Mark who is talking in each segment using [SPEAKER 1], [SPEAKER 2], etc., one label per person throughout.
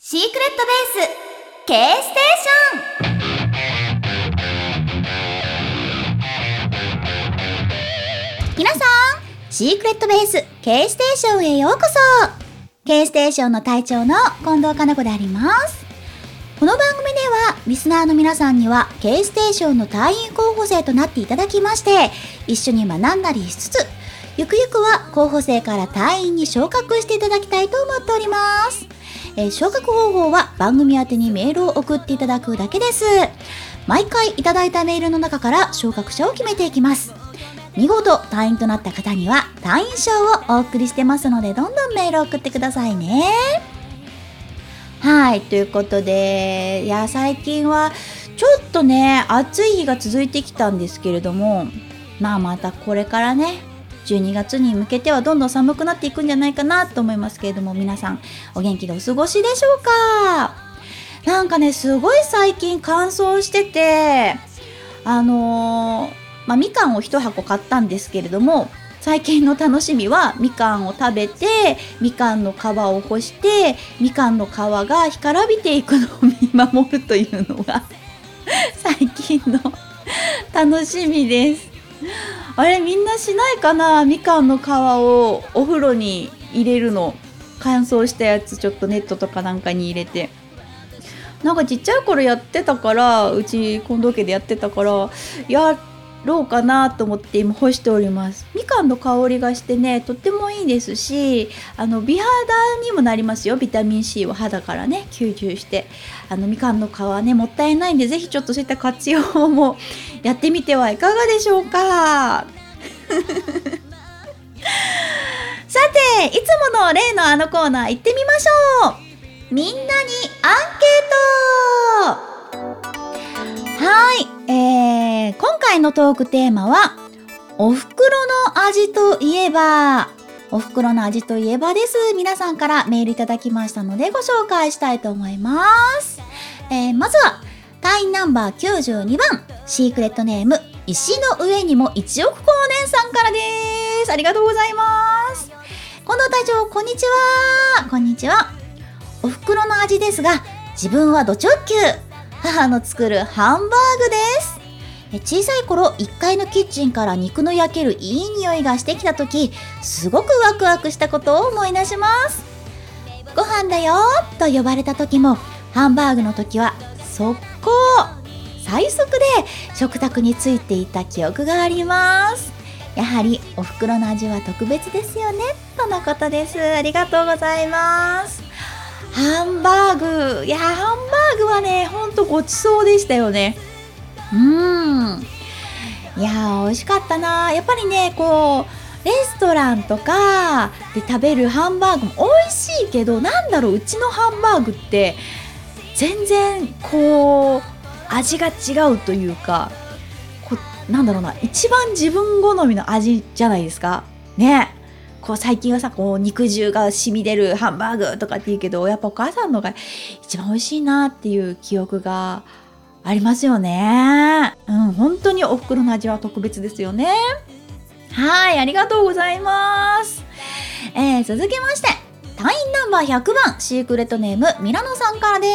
[SPEAKER 1] シークレットベース K ステーション。皆さん、シークレットベース K ステーションへようこそ。 K ステーションの隊長の近藤かな子であります。この番組ではリスナーの皆さんには K ステーションの隊員候補生となっていただきまして、一緒に学んだりしつつ、ゆくゆくは候補生から隊員に昇格していただきたいと思っております。昇格方法は番組宛てにメールを送っていただくだけです。毎回いただいたメールの中から昇格者を決めていきます。見事隊員となった方には隊員賞をお送りしてますので、どんどんメールを送ってくださいね。はい、ということで、最近はちょっとね、暑い日が続いてきたんですけれども、またこれからね、12月に向けてはどんどん寒くなっていくんじゃないかなと思いますけれども、皆さんお元気でお過ごしでしょうか。なんかね、すごい最近乾燥してて、みかんを1箱買ったんですけれども、最近の楽しみはみかんを食べて、みかんの皮を干して、みかんの皮が干からびていくのを見守るというのが最近の楽しみです。あれ、みんなしないかな。みかんの皮をお風呂に入れるの、乾燥したやつちょっとネットとかなんかに入れて、なんかちっちゃい頃やってたから、うち近藤家でやってたからやろうかなと思って今干しております。みかんの香りがしてね、とってもいいですし、美肌にもなりますよ。ビタミン C を肌からね吸収して、みかんの皮ね、もったいないんで、ぜひちょっとそういった活用もやってみてはいかがでしょうか。さて、いつもの例のあのコーナー行ってみましょう。みんなにアンケート。はい、今回のトークテーマは、お袋の味といえば。お袋の味といえばです。皆さんからメールいただきましたのでご紹介したいと思います。まずは隊員ナンバー92番、シークレットネーム石の上にも1億光年さんからです。ありがとうございます。近藤隊長、こんにちは。こんにちは。お袋の味ですが、自分はド直球、母の作るハンバーグです。小さい頃、1階のキッチンから肉の焼けるいい匂いがしてきた時、すごくワクワクしたことを思い出します。ご飯だよと呼ばれた時も、ハンバーグの時は速攻最速で食卓についていた記憶があります。やはりお袋の味は特別ですよね、とのことです。ありがとうございます。ハンバーグ、ハンバーグはね、ほんとごちそうでしたよね。美味しかったな。やっぱりね、レストランとかで食べるハンバーグも美味しいけど、うちのハンバーグって全然味が違うというか、一番自分好みの味じゃないですかね。最近はさ、肉汁が染み出るハンバーグとかって言うけど、やっぱお母さんのが一番美味しいなっていう記憶がありますよね。本当にお袋の味は特別ですよね。はい、ありがとうございます。続きまして、隊員ナンバー100番、シークレットネームミラノさんからです。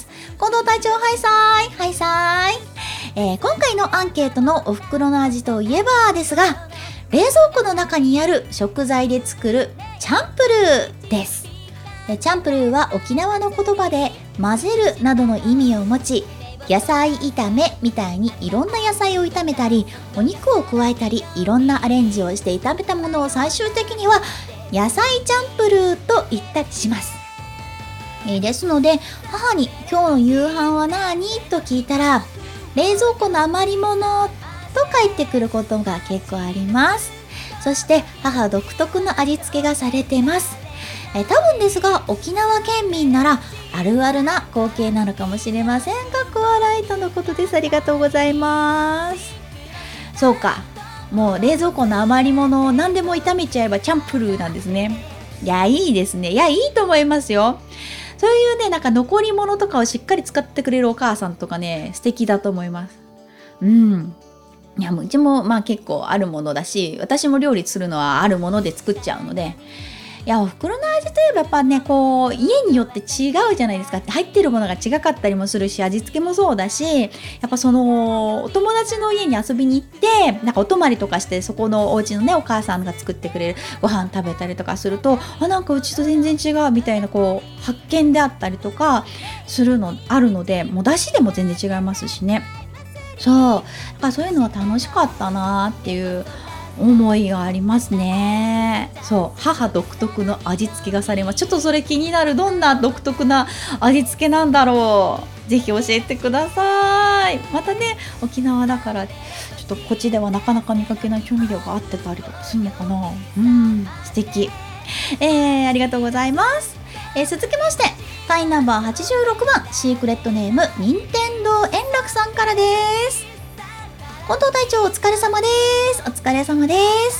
[SPEAKER 1] 近藤隊長、ハイサイ。今回のアンケートのお袋の味といえばですが、冷蔵庫の中にある食材で作るチャンプルーです。チャンプルーは沖縄の言葉で混ぜるなどの意味を持ち、野菜炒めみたいにいろんな野菜を炒めたり、お肉を加えたり、いろんなアレンジをして炒めたものを最終的には野菜チャンプルーと言ったりします。ですので、母に今日の夕飯は何と聞いたら、冷蔵庫の余り物と返ってくることが結構あります。そして母独特の味付けがされてます。多分ですが、沖縄県民ならあるあるな光景なのかもしれませんが、笑いとのことです。ありがとうございます。そうか、もう冷蔵庫の余り物を何でも炒めちゃえばチャンプルーなんですね。いいですね。いいと思いますよ。そういうね、残り物とかをしっかり使ってくれるお母さんとかね、素敵だと思います。もううちも結構あるものだし、私も料理するのはあるもので作っちゃうので、 いや、お袋の味といえばやっぱね、こう家によって違うじゃないですか。入ってるものが違かったりもするし、味付けもそうだし、やっぱそのお友達の家に遊びに行って、なんかお泊まりとかして、そこのお家のねお母さんが作ってくれるご飯食べたりとかすると、なんかうちと全然違うみたいなこう発見であったりとかするのあるので、もう出汁でも全然違いますしね。そうだからそういうのは楽しかったなっていう思いがありますね。そう、母独特の味付けがされます。ちょっとそれ気になる。どんな独特な味付けなんだろう。ぜひ教えてください。またね、沖縄だからちょっとこっちではなかなか見かけない調味料があってたりとかするのかな。素敵。ありがとうございます。続きまして、会員ナンバー86番シークレットネーム任天堂円楽さんからです。近藤隊長、お疲れ様です。お疲れ様です。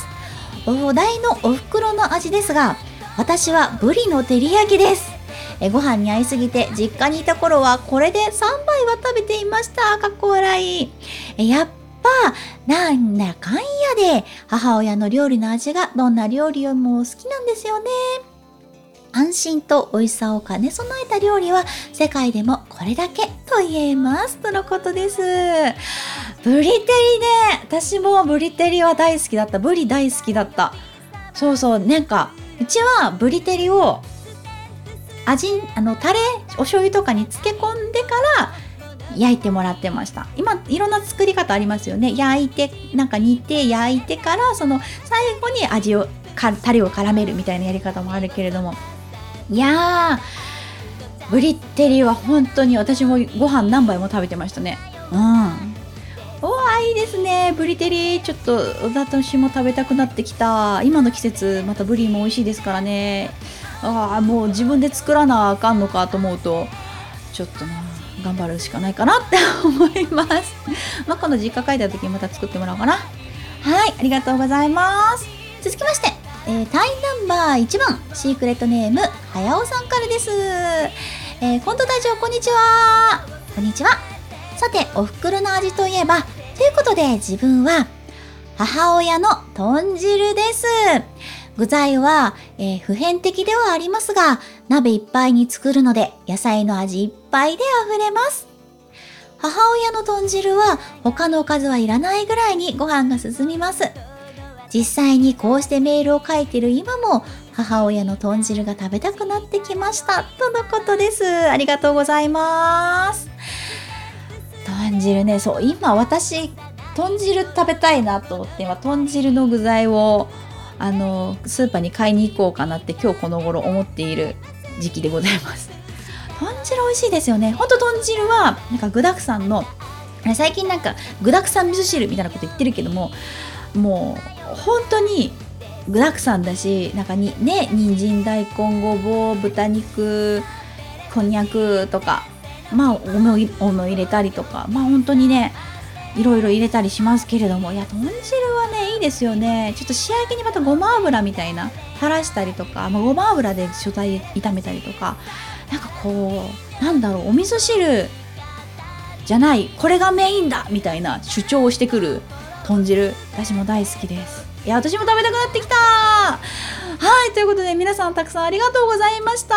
[SPEAKER 1] お題のお袋の味ですが、私はブリの照り焼きです。ご飯に合いすぎて実家にいた頃はこれで3杯は食べていました。かっこ笑い。やっぱなんだかんやで母親の料理の味がどんな料理よりも好きなんですよね。安心と美味しさを兼ね備えた料理は世界でもこれだけと言えますとのことです。ブリ照りね、私もブリ照りは大好きだった。ブリ大好きだった。そうそう、なんかうちはブリ照りをタレお醤油とかに漬け込んでから焼いてもらってました。今いろんな作り方ありますよね。焼いてなんか煮て焼いてから、その最後にタレを絡めるみたいなやり方もあるけれども、いやー、ブリ照りは本当に私もご飯何杯も食べてましたね。いいですね。ブリ照りちょっと私も食べたくなってきた。今の季節またブリも美味しいですからね。もう自分で作らなあかんのかと思うと、ちょっとな頑張るしかないかなって思います。今度実家帰った時にまた作ってもらおうかな。はい、ありがとうございます。続きまして、タイナンバー1番シークレットネームはやおさんからです。近藤隊長、こんにちは。こんにちは。さて、お袋の味といえばということで、自分は母親の豚汁です。具材は、普遍的ではありますが、鍋いっぱいに作るので野菜の味いっぱいで溢れます。母親の豚汁は他のおかずはいらないぐらいにご飯が進みます。実際にこうしてメールを書いている今も母親の豚汁が食べたくなってきましたとのことです。ありがとうございます。豚汁ね、そう、今私豚汁食べたいなと思って、今豚汁の具材をスーパーに買いに行こうかなって今日この頃思っている時期でございます。豚汁美味しいですよね。ほんと豚汁はなんか具沢山の、最近なんか具沢山味噌汁みたいなこと言ってるけども、もう本当に具沢山だし、なんかにね、人参、大根、ごぼう、豚肉、こんにゃくとか、お米を入れたりとか、本当にね、いろいろ入れたりしますけれども、いや、豚汁はね、いいですよね。ちょっと仕上げにまたごま油みたいな垂らしたりとか、ごま油で素材炒めたりとか、なんかこう、なんだろう、お味噌汁じゃない、これがメインだみたいな主張をしてくる豚汁、私も大好きです。いや、私も食べたくなってきた。はい、ということで皆さんたくさんありがとうございました。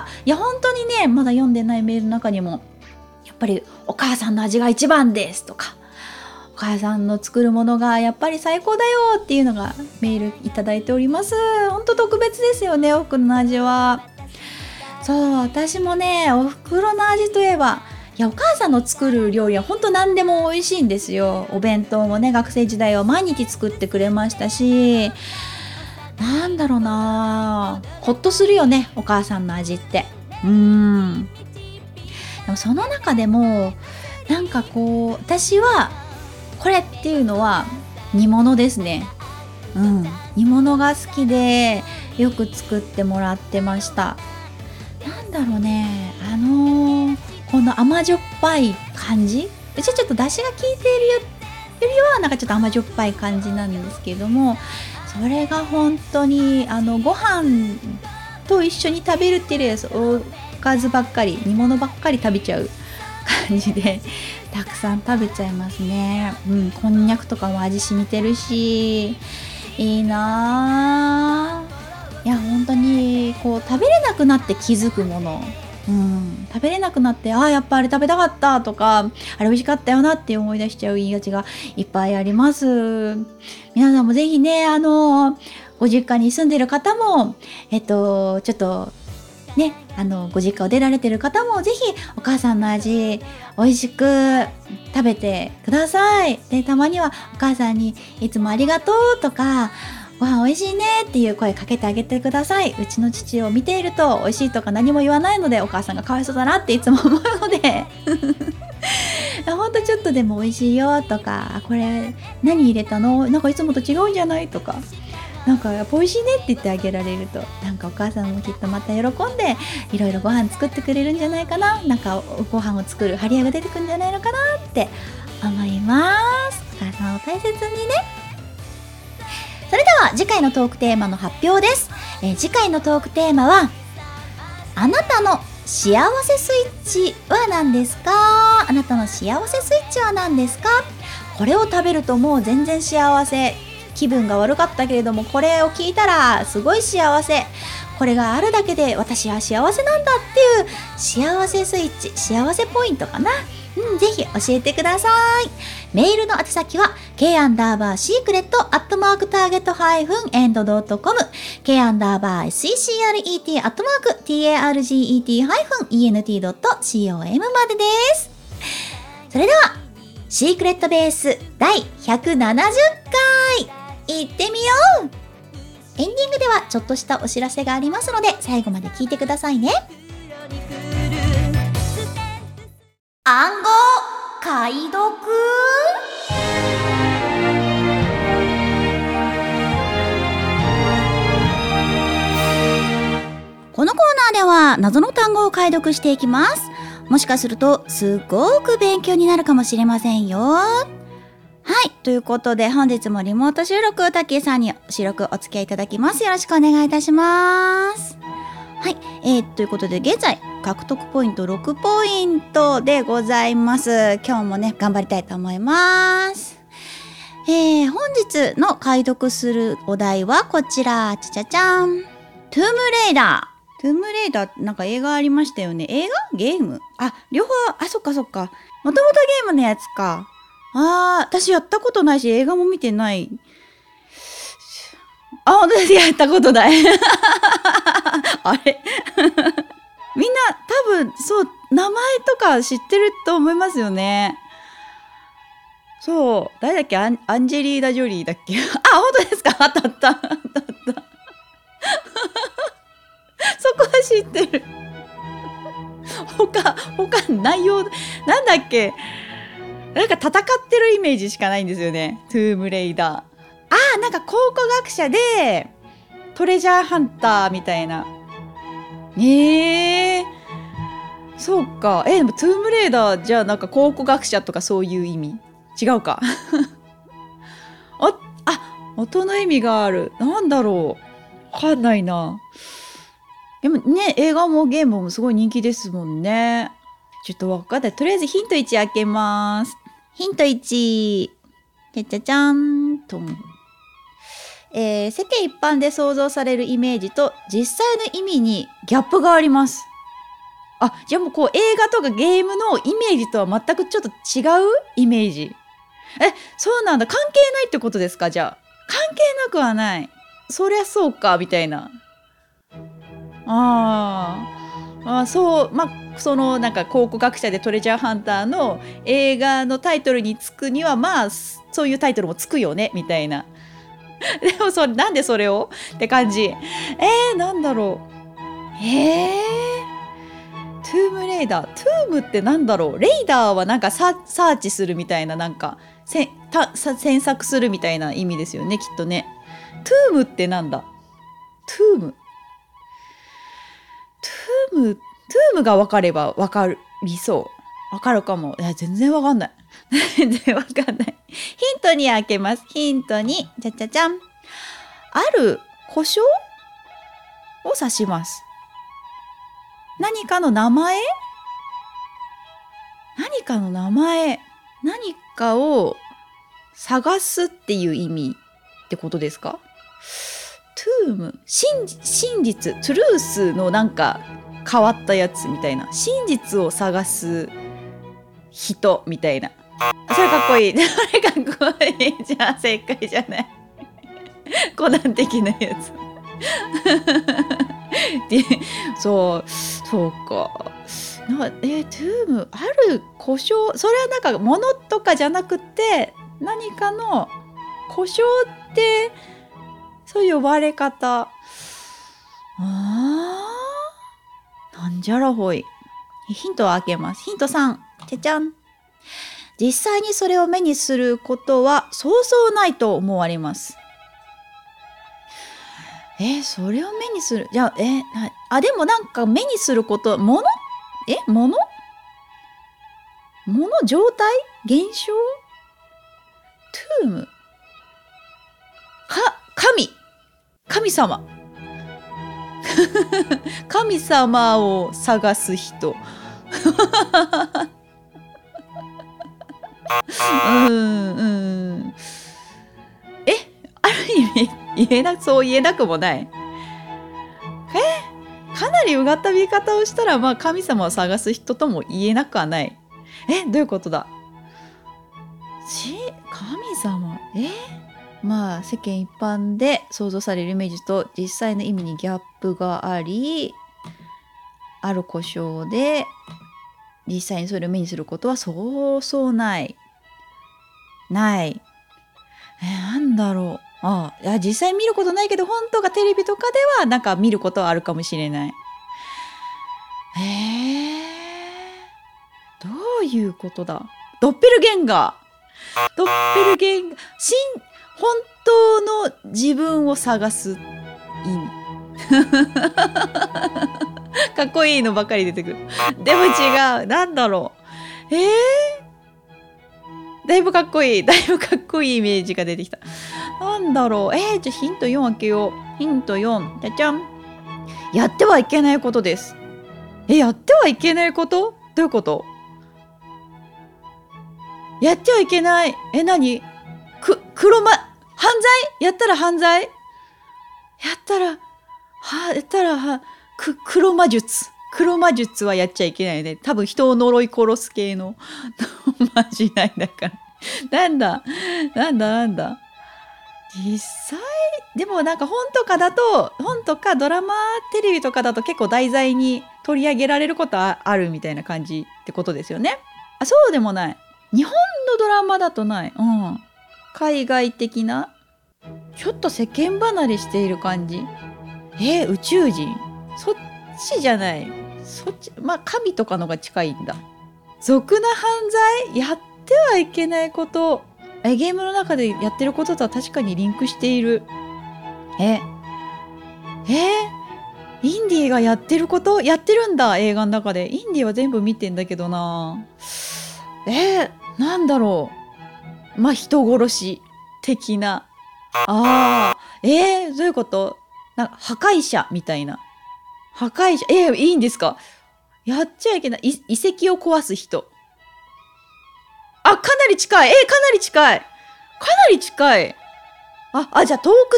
[SPEAKER 1] いや、本当にね、まだ読んでないメールの中にも、やっぱりお母さんの味が一番ですとか、お母さんの作るものがやっぱり最高だよっていうのがメールいただいております。本当特別ですよね、お袋の味は。そう、私もね、お袋の味といえば、いや、お母さんの作る料理は本当何でも美味しいんですよ。お弁当もね、学生時代は毎日作ってくれましたし、なんだろうな、ほっとするよね、お母さんの味って。でもその中でもなんかこう、私はこれっていうのは煮物ですね。煮物が好きでよく作ってもらってました。なんだろうね、この甘じょっぱい感じ、うちちょっと出汁が効いているよりはなんかちょっと甘じょっぱい感じなんですけれども、それが本当にご飯と一緒に食べるっていうよりはおかずばっかり、煮物ばっかり食べちゃう感じでたくさん食べちゃいますね。こんにゃくとかも味染みてるし、いいなぁ。いや、本当にこう食べれなくなって気づくもの、食べれなくなってやっぱあれ食べたかったとか、あれ美味しかったよなって思い出しちゃう言いがちがいっぱいあります。皆さんもぜひね、ご実家に住んでる方もちょっとね、ご実家を出られてる方もぜひお母さんの味美味しく食べてください。で、たまにはお母さんにいつもありがとうとか、ご飯美味しいねっていう声かけてあげてください。うちの父を見ていると美味しいとか何も言わないので、お母さんがかわいそうだなっていつも思うのでほんとちょっとでも美味しいよとか、これ何入れたの？なんかいつもと違うんじゃない？とか、なんかやっぱ美味しいねって言ってあげられると、なんかお母さんもきっとまた喜んでいろいろご飯作ってくれるんじゃないかな、なんかご飯を作る張り合いが出てくるんじゃないのかなって思います。お母さんを大切にね。それでは次回のトークテーマの発表です。次回のトークテーマは、あなたの幸せスイッチは何ですか？あなたの幸せスイッチは何ですか？これを食べるともう全然幸せ、気分が悪かったけれどもこれを聞いたらすごい幸せ、これがあるだけで私は幸せなんだっていう幸せスイッチ、幸せポイントかな。ぜひ教えてください。メールの宛先は k_secret@target-end.com k_secret@target-end.com までです。それではシークレットベース第170回いってみよう。エンディングではちょっとしたお知らせがありますので最後まで聞いてくださいね。暗号解読。このコーナーでは謎の単語を解読していきます。もしかするとすごく勉強になるかもしれませんよ。はい、ということで本日もリモート収録、たけさんに収録お付き合いいただきます。よろしくお願いいたします。はい、ということで現在獲得ポイント6ポイントでございます。今日もね頑張りたいと思います。本日の解読するお題はこちら、ちゃちゃちゃん、トゥームレイダー。トゥームレイダーなんか映画ありましたよね。映画？ゲーム？両方、そっかそっか。もともとゲームのやつか。私やったことないし映画も見てない。本当です。やったことないあれみんな多分そう名前とか知ってると思いますよね。そう、誰だっけ、アンジェリーナ・ジョリーだっけ本当ですか。あったそこは知ってる他内容なんだっけ、なんか戦ってるイメージしかないんですよね。トゥームレイダー。なんか考古学者でトレジャーハンターみたいな。そうか。でもトゥームレイダーじゃあなんか考古学者とかそういう意味違うか音の意味がある。なんだろう、わかんないな。でもね、映画もゲームもすごい人気ですもんね。ちょっとわかんない。とりあえずヒント1開けます。ヒント1、じゃじゃじゃんと。世間一般で想像されるイメージと実際の意味にギャップがあります。じゃあもうこう映画とかゲームのイメージとは全くちょっと違うイメージ。そうなんだ。関係ないってことですか？じゃあ関係なくはない。そりゃそうかみたいな。そうそのなんか考古学者でトレジャーハンターの映画のタイトルにつくにはそういうタイトルもつくよねみたいなでもなんでそれをって感じ。なんだろう。トゥームレイダー。トゥームってなんだろう。レイダーはなんかサーチするみたいな、なんか詮索するみたいな意味ですよね、きっとね。トゥームってなんだ。トゥームが分かれば分かりそう。分かるかも。全然分かんない全然分かんない。ヒント2開けます。ヒント2、じゃじゃじゃん。ある故障を指します。何かの名前？何かの名前。何かを探すっていう意味ってことですか？ トゥーム、真実、トゥルースのなんか変わったやつみたいな。真実を探す人みたいな。それかっこいい。それかっこいい。じゃあ正解じゃない。コナン的なやつ。で、そうか。なんかトゥーム、ある故障、それはなんか物とかじゃなくて、何かの故障って、そういう呼ばれ方。なんじゃらほい。ヒントを開けます。ヒント3。じゃじゃん。実際にそれを目にすることはそうそうないと思われます。それを目にする。じゃあ、でもなんか目にすること、物状態現象トゥーム神様神様を探す人ある意味そう言えなくもない。かなりうがった見方をしたら、まあ神様を探す人とも言えなくはない。どういうことだ。神様まあ世間一般で想像されるイメージと実際の意味にギャップがあり、ある故障で実際にそれを目にすることはそうそうない。なんだろう。実際見ることないけど本とかテレビとかではなんか見ることはあるかもしれない。どういうことだ。ドッペルゲンガー。本当の自分を探す意味。かっこいいのばかり出てくる。でも違う。なんだろう。だいぶかっこいいイメージが出てきた。なんだろう。じゃあヒント4開けよう。ヒント4。じゃじゃん。やってはいけないことです。やってはいけないこと？どういうこと？やってはいけない。何？犯罪？やったら犯罪？黒魔術。黒魔術はやっちゃいけないね。多分人を呪い殺す系のまじないだから。なんだ。実際、でもなんか本とかドラマ、テレビとかだと結構題材に取り上げられることあるみたいな感じってことですよね。そうでもない。日本のドラマだとない。海外的なちょっと世間離れしている感じ。宇宙人？そっちじゃない。まあ神とかのが近いんだ。俗な犯罪？やってはいけないこと。ゲームの中でやってることとは確かにリンクしている。インディーがやってることやってるんだ。映画の中でインディーは全部見てんだけどな。なんだろう。まあ人殺し的な。どういうこと？なんか破壊者みたいな。破壊者、いいんですか？やっちゃいけない。遺跡を壊す人。かなり近い。じゃあ洞窟？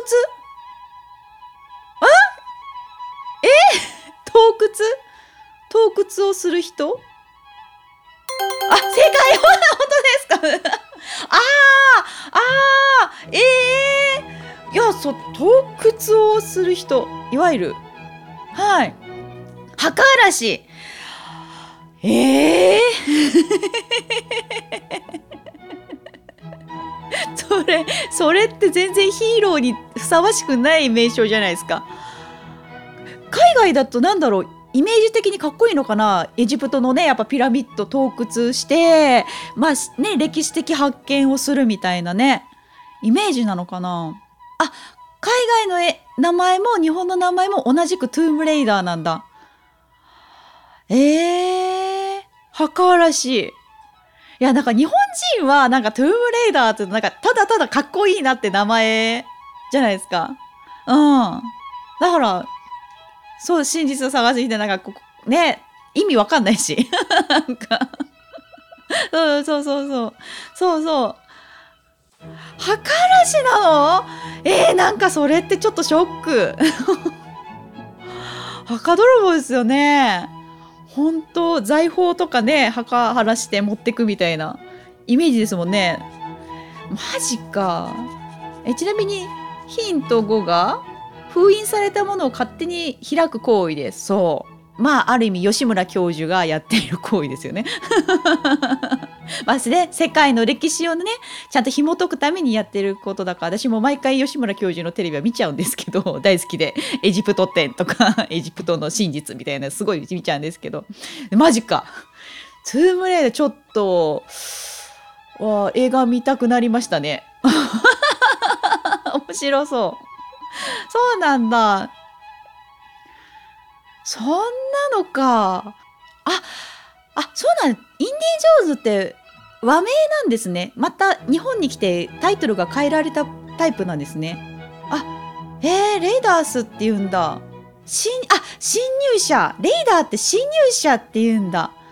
[SPEAKER 1] 洞窟をする人？正解本当ですか？いや、洞窟をする人。いわゆる。はい。墓荒らし。それって全然ヒーローにふさわしくない名称じゃないですか。海外だとなんだろう、イメージ的にかっこいいのかな。エジプトのね、やっぱピラミッド盗掘して、まあね、歴史的発見をするみたいなね、イメージなのかな。海外の名前も日本の名前も同じくトゥームレイダーなんだ。墓荒らし。いや、なんか日本人はなんかトゥームレイダーってなんかただただかっこいいなって名前じゃないですか。だから、そう、真実を探す人なんかね、意味わかんないし。なんかそう。 墓荒らしなの？なんかそれってちょっとショック。墓泥棒ですよね。本当財宝とかね、墓荒らして持ってくみたいなイメージですもんね。マジか。ちなみにヒント5が封印されたものを勝手に開く行為です。そう。まあある意味吉村教授がやっている行為ですよね。まあね、世界の歴史をねちゃんと紐解くためにやってることだから、私も毎回吉村教授のテレビは見ちゃうんですけど、大好きでエジプト展とかエジプトの真実みたいなすごい見ちゃうんですけど、マジか。トゥームレイダーちょっと映画見たくなりましたね。面白そう。そうなんだ。そんなのか。そうなん。インディ・ジョーンズって和名なんですね。また日本に来てタイトルが変えられたタイプなんですね。レイダースって言うんだ。侵入者。レイダーって侵入者って言うんだ。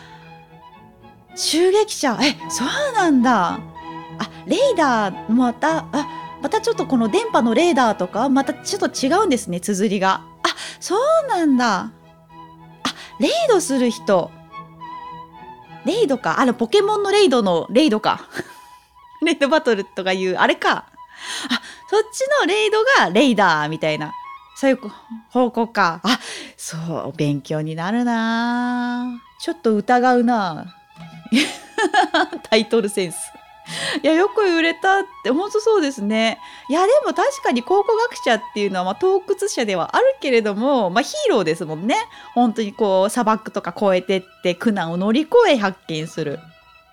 [SPEAKER 1] 襲撃者。そうなんだ。レイダーまたちょっとこの電波のレーダーとかまたちょっと違うんですね、綴りが。そうなんだ。レイドする人。レイドか。ポケモンのレイドのレイドか。レイドバトルとかいうあれか。そっちのレイドがレイダーみたいな、そういう方向か。そう勉強になるな。ちょっと疑うな。タイトルセンス。いや、よく売れたって、本当そうですね。いや、でも確かに考古学者っていうのは、洞窟者ではあるけれども、ヒーローですもんね。本当にこう、砂漠とか越えてって苦難を乗り越え発見する。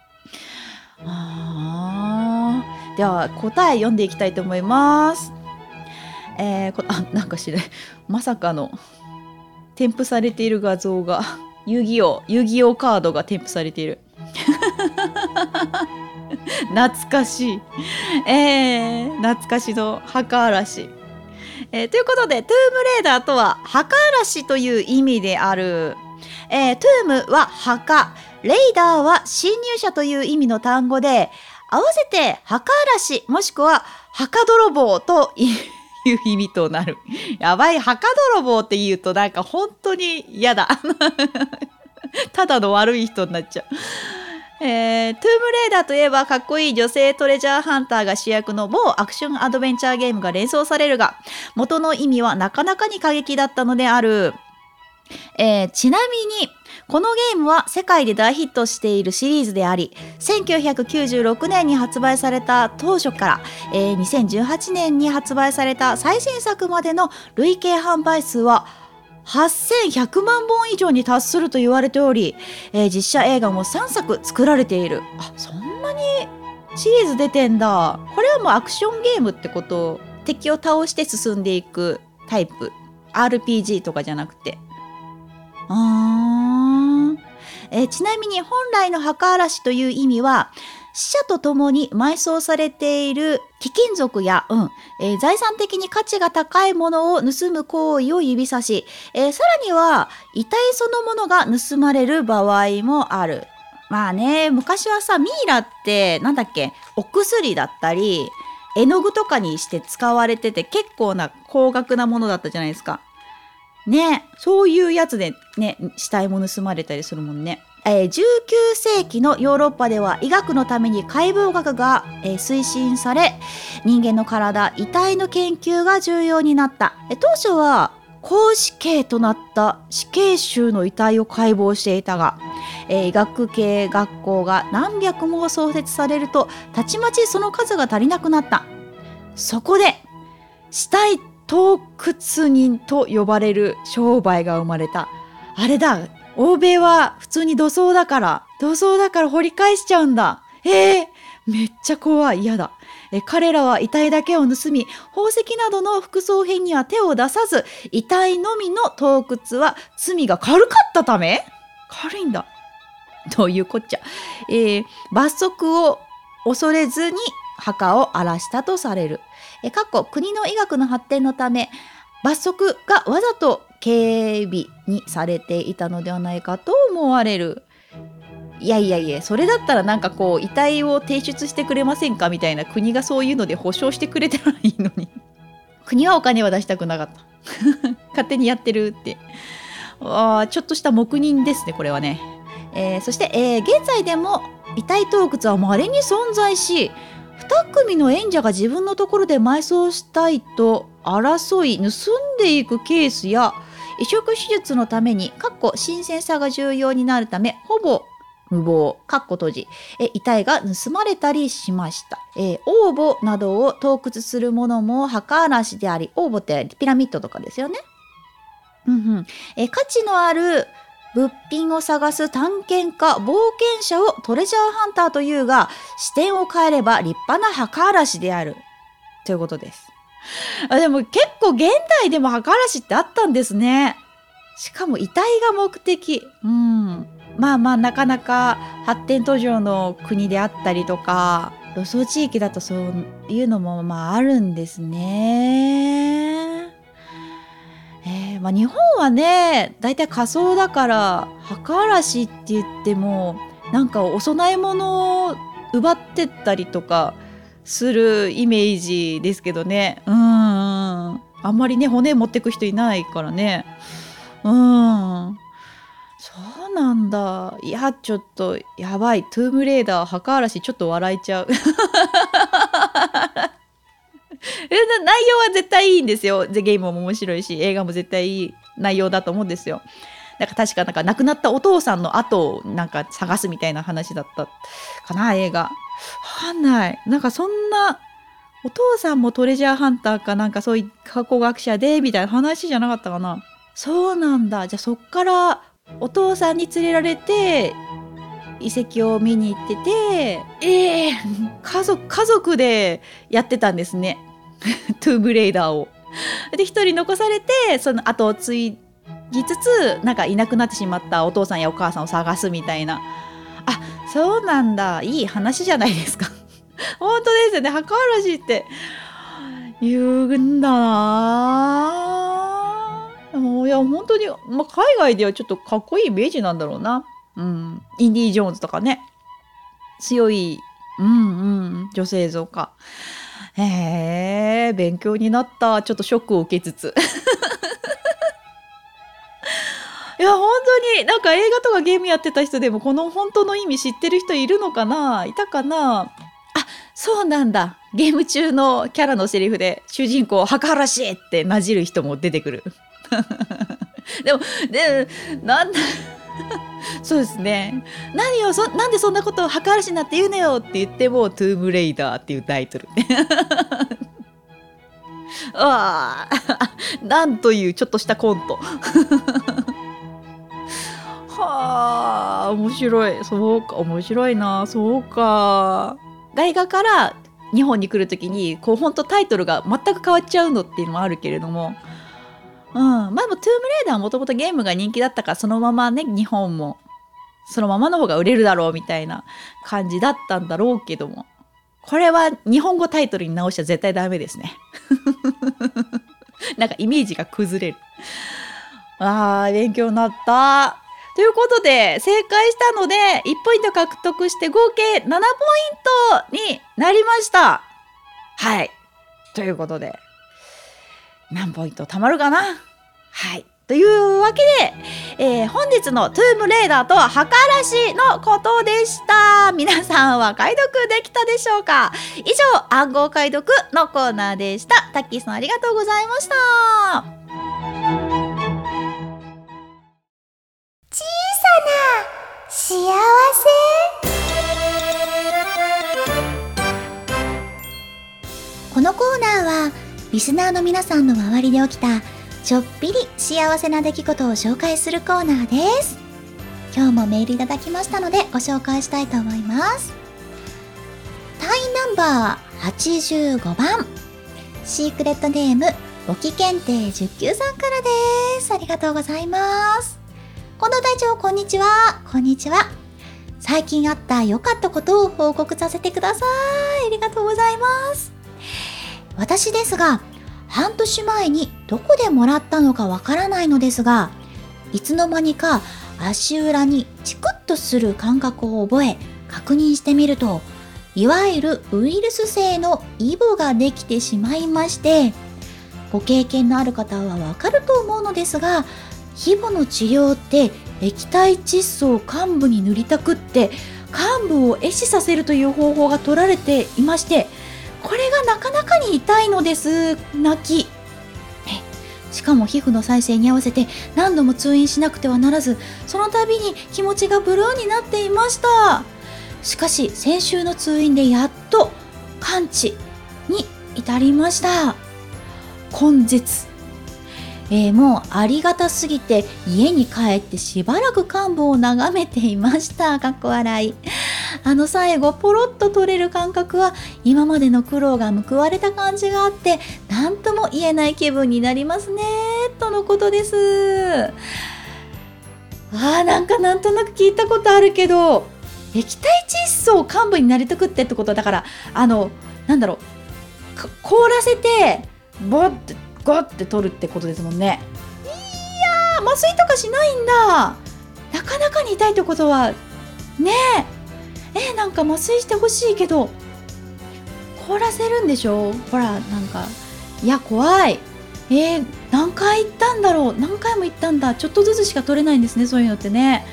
[SPEAKER 1] では、答え読んでいきたいと思います。なんか知らない。まさかの、添付されている画像が、遊戯王カードが添付されている。懐かしい。懐かしの墓荒らし。ということで、トゥームレーダーとは墓荒らしという意味である。トゥームは墓、レイダーは侵入者という意味の単語で、合わせて墓荒らしもしくは墓泥棒という意味となる。やばい、墓泥棒って言うとなんか本当に嫌だ。ただの悪い人になっちゃう。トゥームレイダーといえばかっこいい女性トレジャーハンターが主役の某アクションアドベンチャーゲームが連想されるが、元の意味はなかなかに過激だったのである。ちなみにこのゲームは世界で大ヒットしているシリーズであり、1996年に発売された当初から、2018年に発売された最新作までの累計販売数は8100万本以上に達すると言われており、実写映画も3作作られている。そんなにシリーズ出てんだ。これはもうアクションゲームってこと？敵を倒して進んでいくタイプ。RPG とかじゃなくて。ちなみに本来の墓荒らしという意味は、死者と共に埋葬されている貴金属や、財産的に価値が高いものを盗む行為を指さし、さらには遺体そのものが盗まれる場合もある。まあね、昔はさ、ミイラってなんだっけ、お薬だったり絵の具とかにして使われてて結構な高額なものだったじゃないですかね。そういうやつでね、死体も盗まれたりするもんね。19世紀のヨーロッパでは医学のために解剖学が、推進され、人間の体、遺体の研究が重要になった。当初は高死刑となった死刑囚の遺体を解剖していたが、医学系学校が何百も創設されると、たちまちその数が足りなくなった。そこで死体盗掘人と呼ばれる商売が生まれた。あれだ、欧米は普通に土葬だから掘り返しちゃうんだ。めっちゃ怖い、嫌だ。彼らは遺体だけを盗み、宝石などの副葬品には手を出さず、遺体のみの盗掘は罪が軽かったため、軽いんだ。どういうこっちゃ。罰則を恐れずに墓を荒らしたとされる。国の医学の発展のため、罰則がわざと軽微にされていたのではないかと思われる。 いやいやいや、それだったらなんかこう遺体を提出してくれませんかみたいな、国がそういうので保証してくれたらいいのに国はお金は出したくなかった勝手にやってるって。ちょっとした黙認ですねこれはね。そして、現在でも遺体洞窟は稀に存在し、2組の演者が自分のところで埋葬したいと争い盗んでいくケースや、移植手術のために新鮮さが重要になるためほぼ無謀閉じ遺体が盗まれたりしました。王墓などを盗掘するものも墓荒らしであり、王墓ってピラミッドとかですよね。価値のある物品を探す探検家冒険者をトレジャーハンターというが、視点を変えれば立派な墓荒らしであるということです。でも結構現代でも墓荒らしってあったんですね。しかも遺体が目的。まあなかなか発展途上の国であったりとか、ロソ地域だとそういうのもあるんですね。日本はね、だいたい火葬だから墓荒らしって言ってもなんかお供え物を奪ってったりとかするイメージですけどね。あんまりね骨持ってく人いないからね。そうなんだ。いやちょっとやばい。トゥームレイダー墓荒らしちょっと笑えちゃう内容は絶対いいんですよ。ゲームも面白いし映画も絶対いい内容だと思うんですよ。確か亡くなったお父さんの後をなんか探すみたいな話だったかな、映画。わかんない。そんなお父さんもトレジャーハンターかなんかそういう考古学者でみたいな話じゃなかったかな。そうなんだ。じゃあそっからお父さんに連れられて遺跡を見に行ってて、家族でやってたんですねトゥームレイダーを。で一人残されてその後を継ぎつつなんかいなくなってしまったお父さんやお母さんを探すみたいな。そうなんだ。いい話じゃないですか本当ですよね。墓荒らしって言うんだな。いや本当に、海外ではちょっとかっこいいイメージなんだろうな。インディ・ジョーンズとかね、強い女性像か。勉強になった。ちょっとショックを受けつついや本当になんか映画とかゲームやってた人でもこの本当の意味知ってる人いるのかな、いたかな。そうなんだ。ゲーム中のキャラのセリフで主人公墓荒らしってなじる人も出てくるでもなんだそうですね。なんでそんなことを墓荒らしになって言うのよって言ってもトゥームレイダーっていうタイトルなんというちょっとしたコントはあ面白い。そうか、面白いな。そうか、外画から日本に来るときにこう本当タイトルが全く変わっちゃうのっていうのもあるけれども、でもトゥームレイダーはもともとゲームが人気だったからそのままね、日本もそのままの方が売れるだろうみたいな感じだったんだろうけども、これは日本語タイトルに直しちゃ絶対ダメですねなんかイメージが崩れる。勉強になった。ということで正解したので1ポイント獲得して合計7ポイントになりました。はい、ということで何ポイント貯まるかな。はい、というわけで、本日のトゥームレイダーとは墓荒らしのことでした。皆さんは解読できたでしょうか。以上、暗号解読のコーナーでした。タッキーさんありがとうございました。
[SPEAKER 2] 小さな幸せ。このコーナーはリスナーの皆さんの周りで起きたちょっぴり幸せな出来事を紹介するコーナーです。今日もメールいただきましたのでご紹介したいと思います。タイナンバー85番シークレットネーム簿記検定10級さんからです。ありがとうございます。近藤隊長、こんにちは。こんにちは。最近あった良かったことを報告させてください。ありがとうございます。私ですが、半年前にどこでもらったのかわからないのですが、いつの間にか足裏にチクッとする感覚を覚え確認してみると、いわゆるウイルス性のイボができてしまいまして、ご経験のある方はわかると思うのですが、イボの治療って液体窒素を患部に塗りたくって患部を壊死させるという方法が取られていまして、これがなかなかに痛いのです。泣き。しかも皮膚の再生に合わせて何度も通院しなくてはならず、その度に気持ちがブルーになっていました。しかし先週の通院でやっと完治に至りました。根絶。もうありがたすぎて家に帰ってしばらく患部を眺めていました。かっこ笑い。最後ポロッと取れる感覚は今までの苦労が報われた感じがあって、何とも言えない気分になりますねとのことです。なんとなく聞いたことあるけど、液体窒素を患部になりたくってことだから、凍らせてボッてゴッて取るってことですもんね。いやー、麻酔とかしないんだ。なかなかに痛いってことはねなんか麻酔してほしいけど凍らせるんでしょ。ほら、いや怖い。何回行ったんだろう。何回も行ったんだ。ちょっとずつしか取れないんですね、そういうのってね。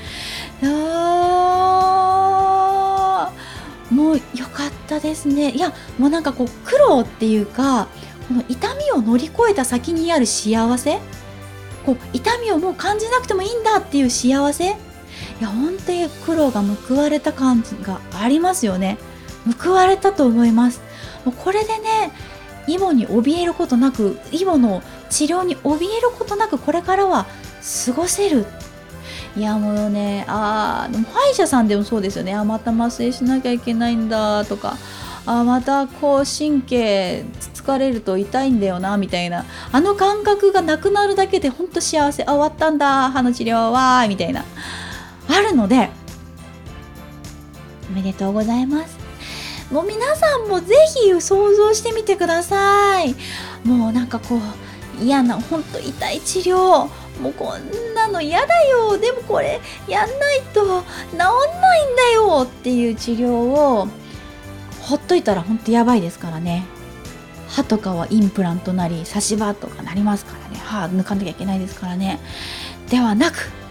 [SPEAKER 2] もうよかったですね。いや、もう苦労っていうか、この痛みを乗り越えた先にある幸せ、痛みをもう感じなくてもいいんだっていう幸せ。いや、本当に苦労が報われた感じがありますよね。報われたと思います。もうこれでね、イボに怯えることなく、イボの治療に怯えることなく、これからは過ごせる。いや、もうね、でも歯医者さんでもそうですよね。また麻酔しなきゃいけないんだとか、また神経つつかれると痛いんだよなみたいな、感覚がなくなるだけで本当幸せ。終わったんだ、歯の治療はみたいなあるので、おめでとうございます。もう皆さんもぜひ想像してみてください。もう嫌な本当痛い治療、もうこんなの嫌だよ、でもこれやんないと治んないんだよっていう治療をほっといたら本当やばいですからね。歯とかはインプラントなり差し歯とかなりますからね。歯抜かなきゃいけないですからね。ではなく、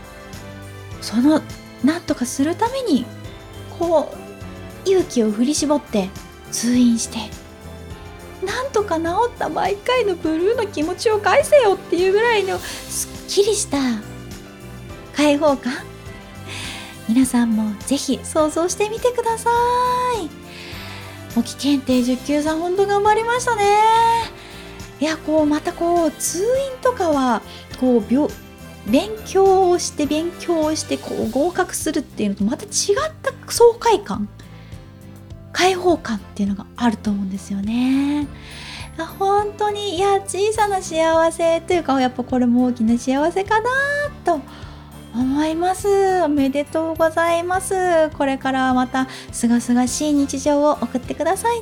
[SPEAKER 2] なんとかするために勇気を振り絞って通院して、なんとか治った毎回のブルーの気持ちを返せよっていうぐらいのすっきりした解放感、皆さんもぜひ想像してみてください。模擬検定10級さん本当頑張りましたね。いや、また通院とかは勉強をして合格するっていうのとまた違った爽快感、解放感っていうのがあると思うんですよね。本当に、小さな幸せというか、やっぱこれも大きな幸せかなと思います。おめでとうございます。これからはまたすがすがしい日常を送ってくださいね。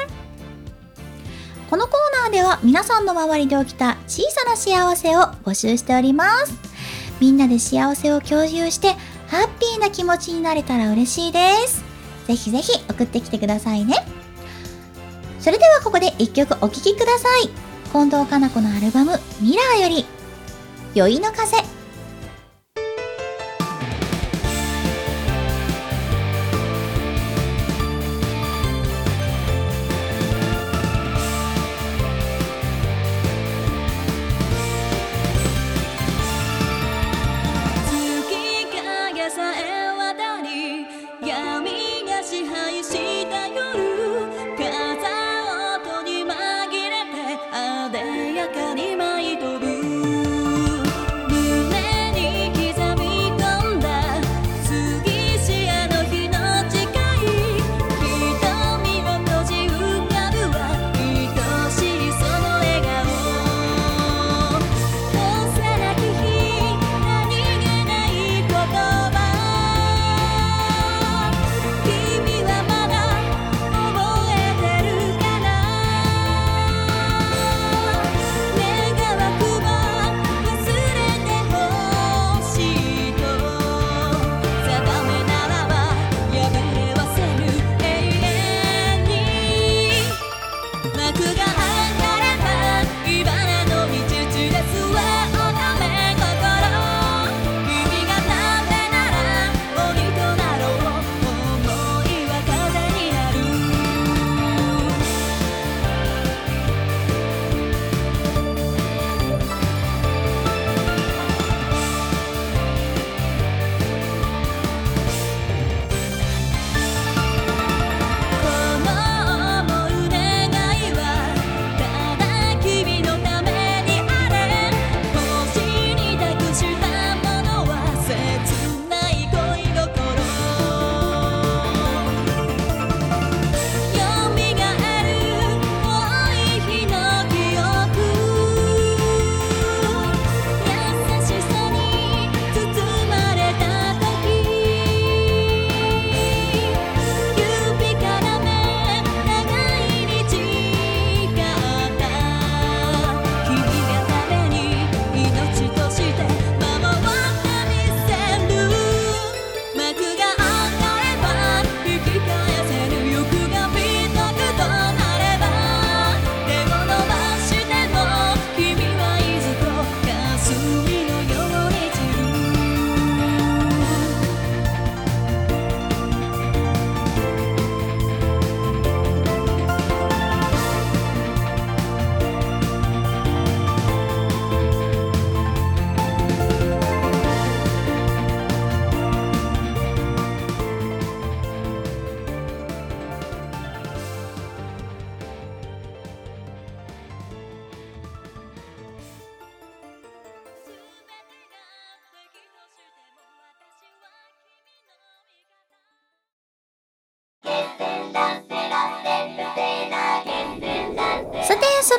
[SPEAKER 2] このコーナーでは皆さんの周りで起きた小さな幸せを募集しております。みんなで幸せを共有してハッピーな気持ちになれたら嬉しいです。ぜひぜひ送ってきてくださいね。それではここで一曲お聴きください。近藤かな子のアルバムミラーより酔いの風。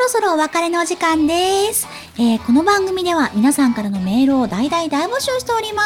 [SPEAKER 2] ろそろお別れのお時間です。この番組では皆さんからのメールを大募集しております。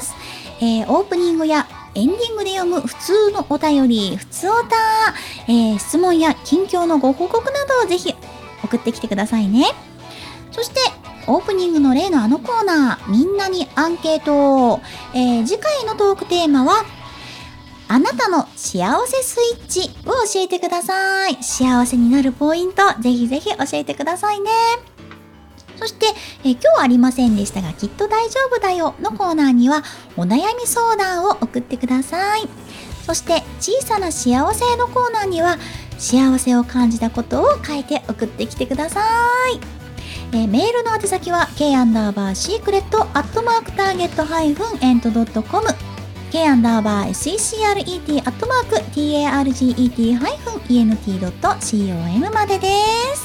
[SPEAKER 2] オープニングやエンディングで読む普通のお便り、普通おた、質問や近況のご報告などをぜひ送ってきてくださいね。そしてオープニングの例のあのコーナー、みんなにアンケート、次回のトークテーマはあなたの幸せスイッチを教えてください。幸せになるポイント、ぜひぜひ教えてくださいね。そして、今日ありませんでしたが、きっと大丈夫だよのコーナーにはお悩み相談を送ってください。そして小さな幸せのコーナーには幸せを感じたことを書いて送ってきてください。メールの宛先は k_secret@target-ent.com k_secret@target-ent.com までです。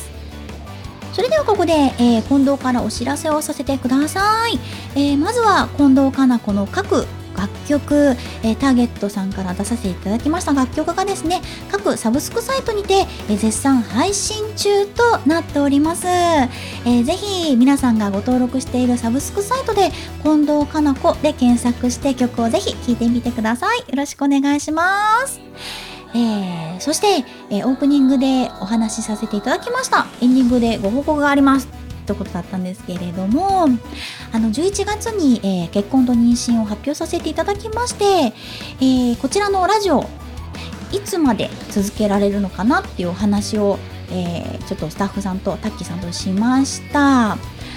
[SPEAKER 2] それではここで、近藤からお知らせをさせてください。まずは近藤かな子の各楽曲、ターゲットさんから出させていただきました楽曲がですね、各サブスクサイトにて、絶賛配信中となっております。ぜひ皆さんがご登録しているサブスクサイトで近藤かな子で検索して曲をぜひ聴いてみてください。よろしくお願いします。そして、オープニングでお話しさせていただきましたエンディングでご報告がありますということだったんですけれども、11月に、結婚と妊娠を発表させていただきまして、こちらのラジオいつまで続けられるのかなっていうお話を、ちょっとスタッフさんとタッキーさんとしました。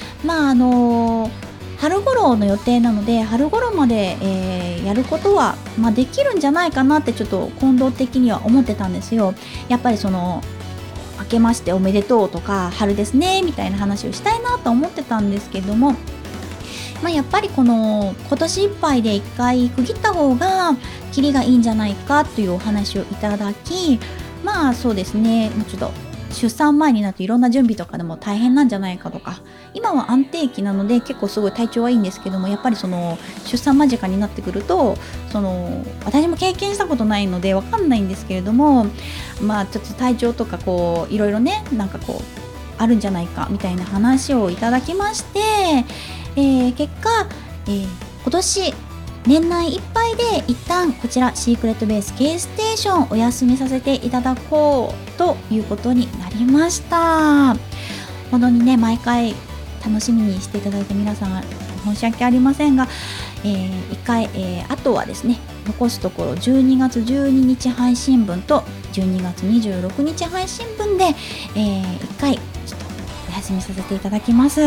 [SPEAKER 2] 春頃の予定なので春頃まで、やることは、できるんじゃないかなってちょっと近藤的には思ってたんですよ。やっぱりその明けましておめでとうとか春ですねみたいな話をしたいなと思ってたんですけども、やっぱりこの今年いっぱいで一回区切った方がキリがいいんじゃないかというお話をいただき、そうですね、もうちょっと出産前になっていろんな準備とかでも大変なんじゃないかとか、今は安定期なので結構すごい体調はいいんですけども、やっぱりその出産間近になってくると私も経験したことないのでわかんないんですけれども、ちょっと体調とかいろいろねあるんじゃないかみたいな話をいただきまして、結果、今年年内いっぱいで一旦こちらシークレットベース K ステーションお休みさせていただこうということになりました。本当にね、毎回楽しみにしていただいた皆さん申し訳ありませんが、一回、あとはですね、残すところ12月12日配信分と12月26日配信分で、一回ちょっとお休みさせていただきます。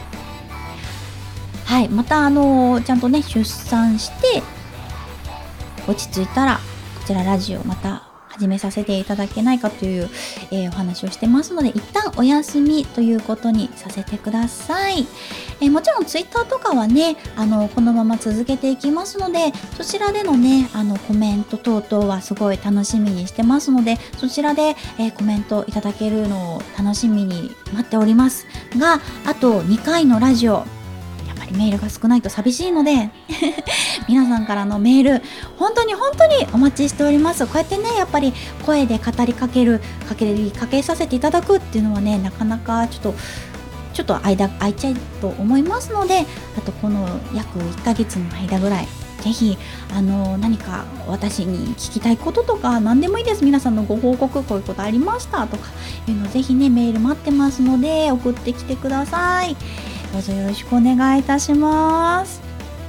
[SPEAKER 2] はい、またちゃんとね出産して落ち着いたらこちらラジオまた始めさせていただけないかという、お話をしてますので、一旦お休みということにさせてください。もちろんツイッターとかはねこのまま続けていきますので、そちらでのねコメント等々はすごい楽しみにしてますので、そちらで、コメントいただけるのを楽しみに待っておりますが、あと2回のラジオメールが少ないと寂しいので皆さんからのメール本当にお待ちしております。こうやってねやっぱり声で語りかけさせていただくっていうのはね、なかなかちょっと間空いちゃうと思いますので、あとこの約1ヶ月の間ぐらいぜひ何か私に聞きたいこととか何でもいいです。皆さんのご報告、こういうことありましたとかいうのぜひねメール待ってますので送ってきてください。どうぞよろしくお願いいたします。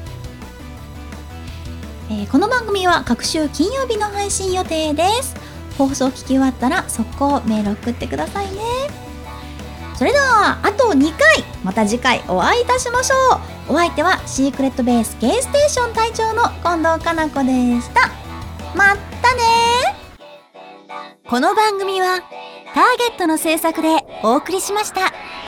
[SPEAKER 2] この番組は各週金曜日の配信予定です。放送聞き終わったら速攻メール送ってくださいね。それではあと2回また次回お会いいたしましょう。お相手はシークレットベース K ステーション隊長の近藤かな子でした。まったね。
[SPEAKER 1] この番組はターゲットの制作でお送りしました。